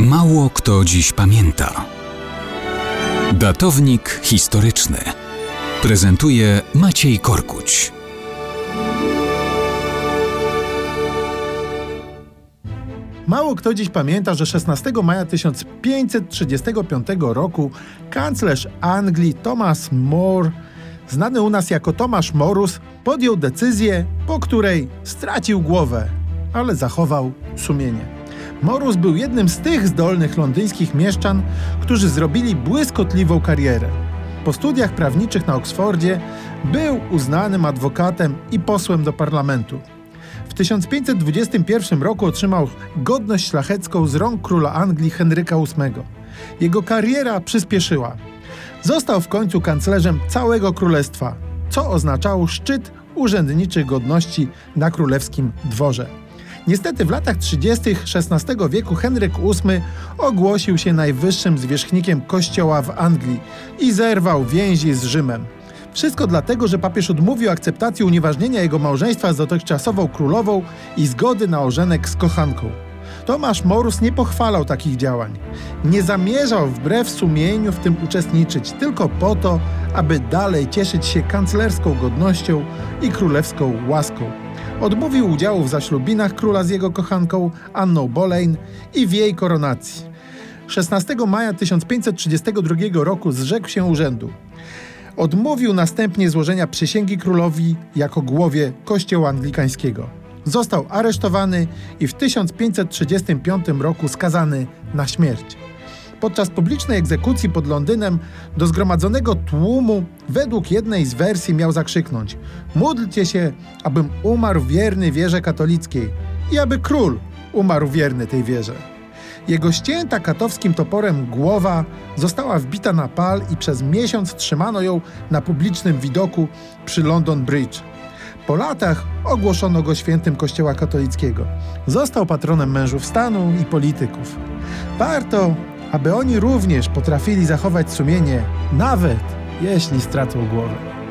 Mało kto dziś pamięta. Datownik historyczny prezentuje Maciej Korkuć. Mało kto dziś pamięta, że 16 maja 1535 roku kanclerz Anglii Thomas More, znany u nas jako Tomasz Morus, podjął decyzję, po której stracił głowę, ale zachował sumienie. Morus był jednym z tych zdolnych londyńskich mieszczan, którzy zrobili błyskotliwą karierę. Po studiach prawniczych na Oksfordzie był uznanym adwokatem i posłem do parlamentu. W 1521 roku otrzymał godność szlachecką z rąk króla Anglii Henryka VIII. Jego kariera przyspieszyła. Został w końcu kanclerzem całego królestwa, co oznaczało szczyt urzędniczych godności na królewskim dworze. Niestety w latach 30. XVI wieku Henryk VIII ogłosił się najwyższym zwierzchnikiem kościoła w Anglii i zerwał więzi z Rzymem. Wszystko dlatego, że papież odmówił akceptacji unieważnienia jego małżeństwa z dotychczasową królową i zgody na ożenek z kochanką. Tomasz Morus nie pochwalał takich działań. Nie zamierzał wbrew sumieniu w tym uczestniczyć, tylko po to, aby dalej cieszyć się kanclerską godnością i królewską łaską. Odmówił udziału w zaślubinach króla z jego kochanką Anną Boleyn i w jej koronacji. 16 maja 1532 roku zrzekł się urzędu. Odmówił następnie złożenia przysięgi królowi jako głowie kościoła anglikańskiego. Został aresztowany i w 1535 roku skazany na śmierć. Podczas publicznej egzekucji pod Londynem do zgromadzonego tłumu według jednej z wersji miał zakrzyknąć: módlcie się, abym umarł wierny wierze katolickiej i aby król umarł wierny tej wierze. Jego ścięta katowskim toporem głowa została wbita na pal i przez miesiąc trzymano ją na publicznym widoku przy London Bridge. Po latach ogłoszono go świętym Kościoła katolickiego. Został patronem mężów stanu i polityków. Warto, aby oni również potrafili zachować sumienie, nawet jeśli stracą głowę.